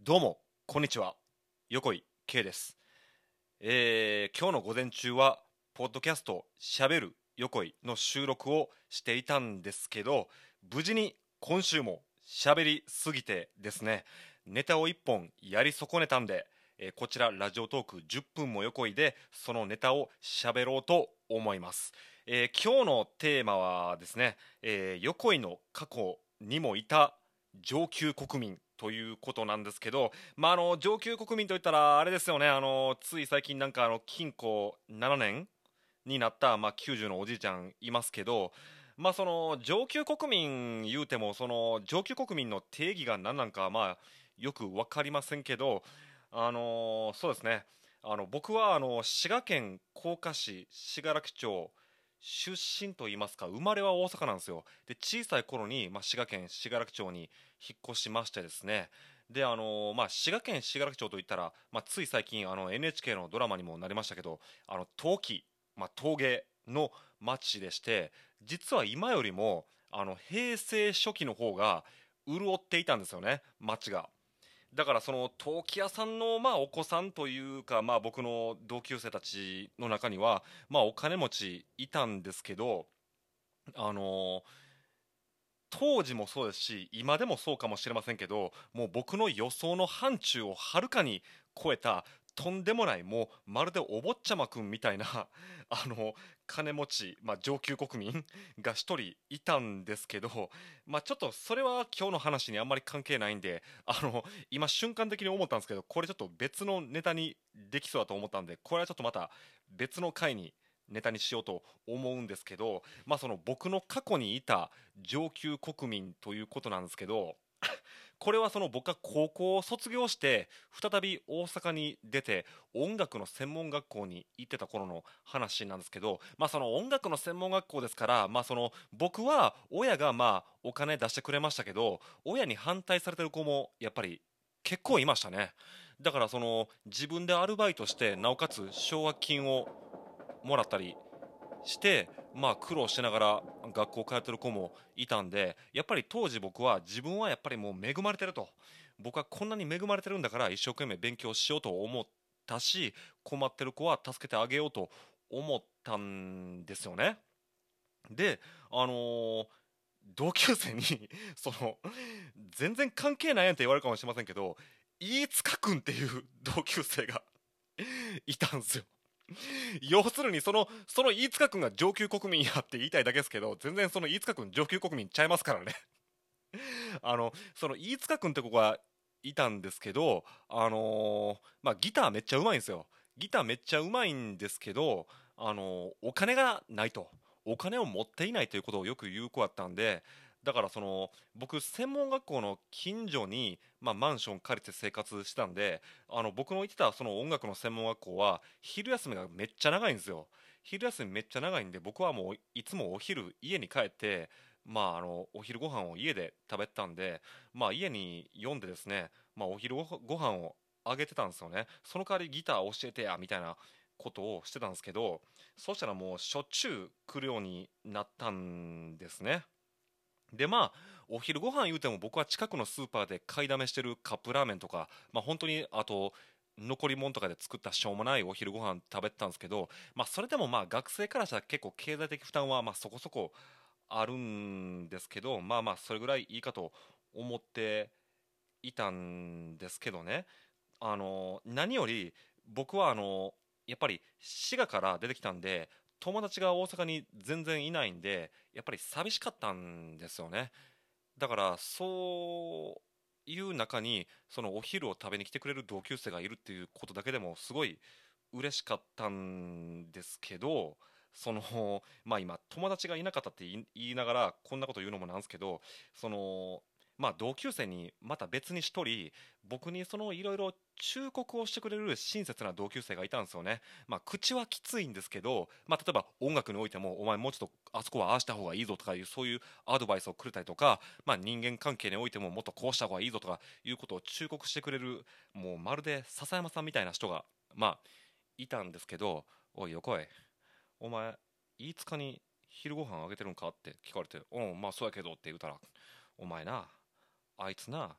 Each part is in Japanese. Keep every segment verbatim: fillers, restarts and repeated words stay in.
どうもこんにちは、横井 K です。えー今日の午前中はポッドキャストしゃべる横井の収録をしていたんですけど、無事に今週もしゃべりすぎてですね、ネタをいっぽんやり損ねたんで、えーこちらラジオトークじゅっぷんも横井でそのネタをしゃべろうと思います。えー今日のテーマはですね、えー横井の過去にもいた上級国民ということなんですけど、まあ、あの上級国民といったらあれですよね、あのつい最近なんかあの禁錮ななねんになった、まあ、きゅうじゅうのおじいちゃんいますけど、まあ、その上級国民言うてもその上級国民の定義が何なんかまあよく分かりませんけど、あのそうですね、あの僕はあの滋賀県甲賀市信楽町出身といいますか、生まれは大阪なんですよ。で小さい頃に、まあ、滋賀県信楽町に引っ越しましてですね、であのまあ、滋賀県信楽町といったら、まあ、つい最近あの エヌエイチケー のドラマにもなりましたけど、あの陶器、まあ、陶芸の町でして、実は今よりもあの平成初期の方が潤っていたんですよね、町が。だからその陶器屋さんのまあお子さんというか、まあ、僕の同級生たちの中にはまあお金持ちいたんですけど、あの当時もそうですし今でもそうかもしれませんけど、もう僕の予想の範疇をはるかに超えたとんでもない、もうまるでお坊ちゃまくんみたいなあの金持ち、まあ、上級国民が一人いたんですけど、まあ、ちょっとそれは今日の話にあんまり関係ないんで、あの今瞬間的に思ったんですけど、これちょっと別のネタにできそうだと思ったんで、これはちょっとまた別の回にネタにしようと思うんですけど、まあ、その僕の過去にいた上級国民ということなんですけど、これはその僕が高校を卒業して再び大阪に出て音楽の専門学校に行ってた頃の話なんですけど、まあ、その音楽の専門学校ですから、まあ、その僕は親がまあお金出してくれましたけど、親に反対されてる子もやっぱり結構いましたね。だからその自分でアルバイトしてなおかつ奨学金をもらったりして、まあ、苦労しながら学校通ってる子もいたんで、やっぱり当時僕は自分はやっぱりもう恵まれてると、僕はこんなに恵まれてるんだから一生懸命勉強しようと思ったし、困ってる子は助けてあげようと思ったんですよね。であのー同級生にその全然関係ないやんって言われるかもしれませんけど、飯塚君っていう同級生がいたんですよ。要するにそのその飯塚君が上級国民やって言いたいだけですけど、全然その飯塚君上級国民ちゃいますからね。あのその飯塚君って子がいたんですけど、あのーまあ、ギターめっちゃうまいんですよ。ギターめっちゃうまいんですけど、あのーお金がないと、お金を持っていないということをよく言う子だったんで、だからその僕専門学校の近所に、まあ、マンション借りて生活してたんで、あの僕の行ってたその音楽の専門学校は昼休みがめっちゃ長いんですよ。昼休みめっちゃ長いんで、僕はもういつもお昼家に帰って、まあ、あのお昼ご飯を家で食べてたんで、まあ、家に読んでですね、まあ、お昼ごご飯をあげてたんですよね。その代わりギター教えてやみたいなことをしてたんですけど、そしたらもうしょっちゅう来るようになったんですね。でまあお昼ご飯言うても僕は近くのスーパーで買いだめしてるカップラーメンとか、まあ、本当にあと残り物とかで作ったしょうもないお昼ご飯食べてたんですけど、まあ、それでもまあ学生からしたら結構経済的負担はまあそこそこあるんですけど、まあまあそれぐらいいいかと思っていたんですけどね、あの何より僕はあのやっぱり滋賀から出てきたんで、友達が大阪に全然いないんでやっぱり寂しかったんですよね。だからそういう中にそのお昼を食べに来てくれる同級生がいるっていうことだけでもすごい嬉しかったんですけど、そのまあ今友達がいなかったって言い言いながらこんなこと言うのもなんですけど、そのまあ同級生にまた別に一人僕にそのいろいろ忠告をしてくれる親切な同級生がいたんですよね。まあ口はきついんですけど、まあ例えば音楽においてもお前もうちょっとあそこはああした方がいいぞとかいうそういうアドバイスをくれたりとか、まあ人間関係においてももっとこうした方がいいぞとかいうことを忠告してくれる、もうまるで笹山さんみたいな人がまあいたんですけど、おい横井、お前飯塚に昼ご飯あげてるんかって聞かれて、うんまあそうやけどって言うたら、お前な、あいつな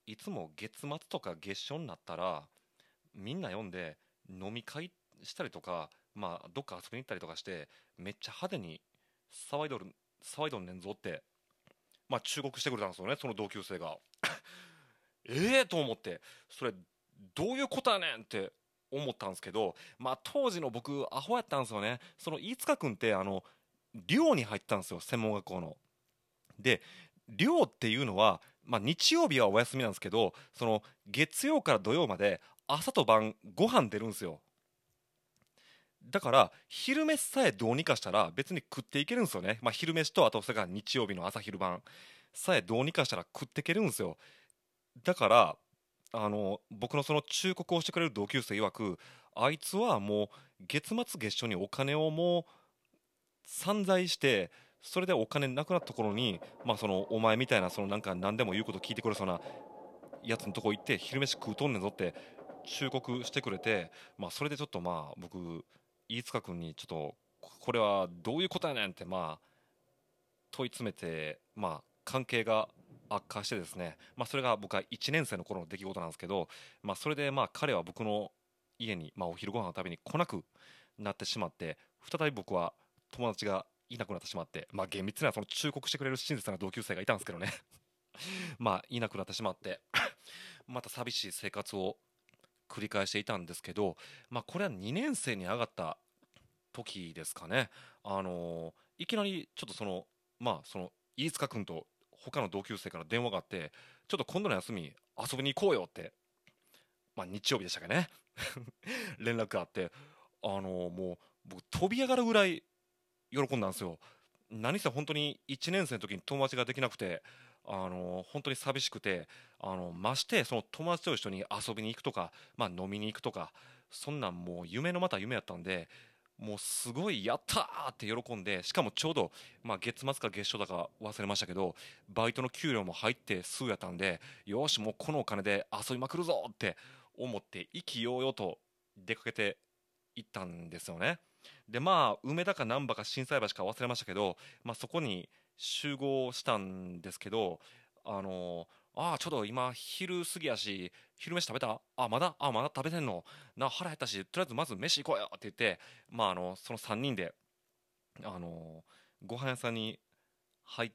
いつも月末とか月初になったらみんな読んで飲み会したりとか、まあどっか遊びに行ったりとかしてめっちゃ派手に騒いどる騒いどんねんぞって、まあ忠告してくれたんですよね、その同級生が。ええと思って、それどういうことやねんって思ったんですけど、まあ当時の僕アホやったんですよね。その飯塚君ってあの寮に入ってたんですよ、専門学校の。で寮っていうのは、まあ、日曜日はお休みなんですけど、その月曜から土曜まで朝と晩ご飯出るんですよ。だから昼飯さえどうにかしたら別に食っていけるんですよね。まあ、昼飯とあとそれから日曜日の朝昼晩さえどうにかしたら食っていけるんですよ。だからあの僕のその忠告をしてくれる同級生曰く、あいつはもう月末月初にお金をもう散財して、それでお金なくなったところに、まあ、そのお前みたいなそのなんか何でも言うこと聞いてくれそうなやつのとこ行って昼飯食うとんねんぞって忠告してくれて、まあ、それでちょっとまあ僕飯塚君にちょっとこれはどういうことやねんってまあ問い詰めて、まあ関係が悪化してですね、まあ、それが僕はいちねん生の頃の出来事なんですけど、まあ、それでまあ彼は僕の家にまあお昼ご飯を食べに来なくなってしまって、再び僕は友達がいなくなってしまって、まあ厳密にはその忠告してくれる親切な同級生がいたんですけどねまあいなくなってしまってまた寂しい生活を繰り返していたんですけど、まあこれはにねん生に上がった時ですかね。あのーいきなりちょっとそのまあその飯塚君と他の同級生から電話があって、ちょっと今度の休み遊びに行こうよって、まあ日曜日でしたっけね連絡があって、あのーもう僕飛び上がるぐらい喜んだんですよ。何せ本当にいちねん生の時に友達ができなくて、あの本当に寂しくて、あのましてその友達と一緒に遊びに行くとか、まあ、飲みに行くとか、そんなんもう夢のまた夢やったんで、もうすごいやったーって喜んで、しかもちょうど、まあ、月末か月初だか忘れましたけどバイトの給料も入ってすぐやったんで、よしもうこのお金で遊びまくるぞって思って意気揚々と出かけて行ったんですよね。でまあ梅田か難波か心斎橋か忘れましたけど、まあ、そこに集合したんですけど、あのああちょっと今昼過ぎやし昼飯食べた、あまだあまだ食べてんのな、腹減ったしとりあえずまず飯行こうよって言って、まあ、あのそのさんにんで、あのご飯屋さんに入って、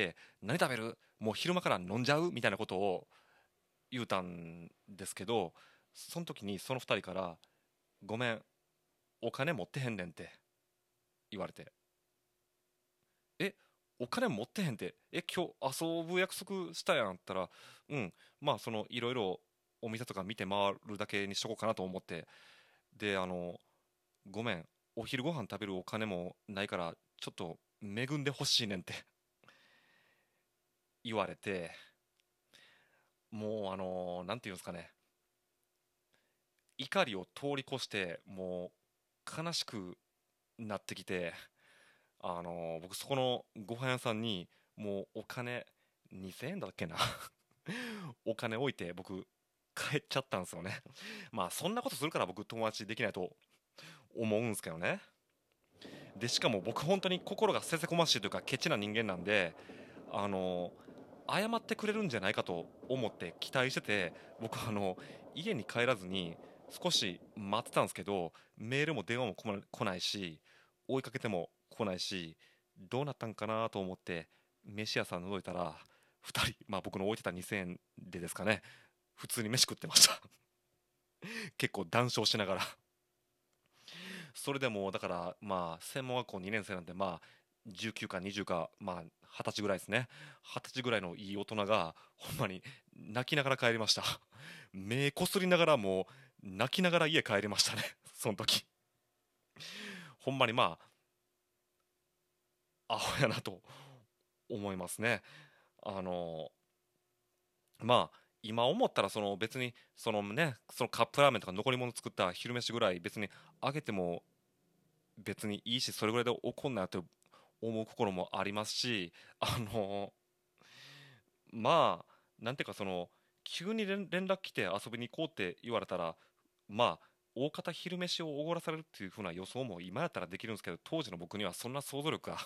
何食べる、もう昼間から飲んじゃうみたいなことを言うたんですけど、その時にそのふたりから「ごめん、お金持ってへんねん」って言われて、えお金持ってへんって、え今日遊ぶ約束したやんったら、うんまあそのいろいろお店とか見て回るだけにしとこうかなと思って、であのごめん、お昼ご飯食べるお金もないからちょっと恵んでほしいねんって言われて、もうあのなんていうんですかね、怒りを通り越してもう悲しくなってきて、あの僕そこのご飯屋さんにもうお金にせんえんだっけなお金置いて僕帰っちゃったんですよね。まあそんなことするから僕友達できないと思うんですけどね。でしかも僕本当に心がせせこましいというかケチな人間なんで、あの謝ってくれるんじゃないかと思って期待してて、僕あの家に帰らずに少し待ってたんですけど、メールも電話も来来ないし追いかけても来ないし、どうなったんかなと思って飯屋さん覗いたらふたり、まあ、僕の置いてたにせんえんでですかね、普通に飯食ってました結構談笑しながらそれでもだからまあ専門学校にねん生なんで、まあじゅうきゅうかにじゅうか、まあはたちぐらいですね。はたちぐらいのいい大人がほんまに泣きながら帰りました目こすりながらもう泣きながら家帰りましたねその時ほんまにまあアホやなと思いますね。あのまあ今思ったらその別にそのねそのカップラーメンとか残り物作った昼飯ぐらい別にあげても別にいいし、それぐらいで怒んなよって思う心もありますし、あのまあなんていうかその急に連連絡来て遊びに行こうって言われたら、まあ大方昼飯をおごらされるっていう風な予想も今やったらできるんですけど、当時の僕にはそんな想像力が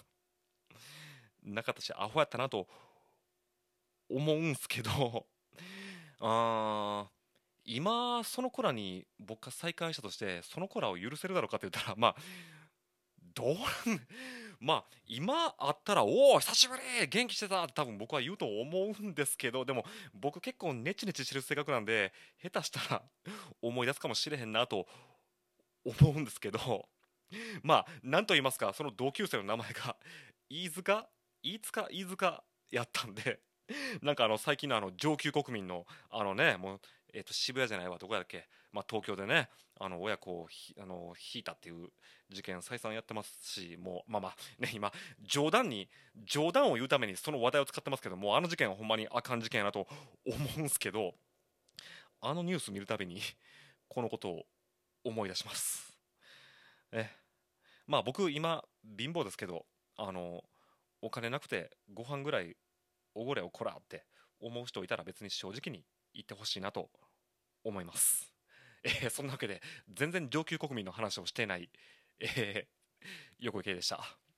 なかったしアホやったなと思うんすけどあー今その子らに僕が再会したとしてその子らを許せるだろうかって言ったらまあどうなんまあ今あったら「おお久しぶり元気してた」って多分僕は言うと思うんですけど、でも僕結構ネチネチしてる性格なんで下手したら思い出すかもしれへんなと思うんですけど、まあなんと言いますか、その同級生の名前が飯塚飯塚飯塚やったんで、なんかあの最近のあの上級国民のあのねもう、えー、と渋谷じゃないわどこやっけ、まあ、東京でねあの親子をひあの引いたっていう事件再三やってますし、もうまあまあね今冗談に冗談を言うためにその話題を使ってますけども、あの事件はほんまにあかん事件やなと思うんすけど、あのニュース見るたびにこのことを思い出します。えまあ僕今貧乏ですけど、あのお金なくてご飯ぐらいおごれおこらって思う人いたら別に正直に言ってほしいなと思います。えーそんなわけで全然上級国民の話をしていない、えー横井圭でした。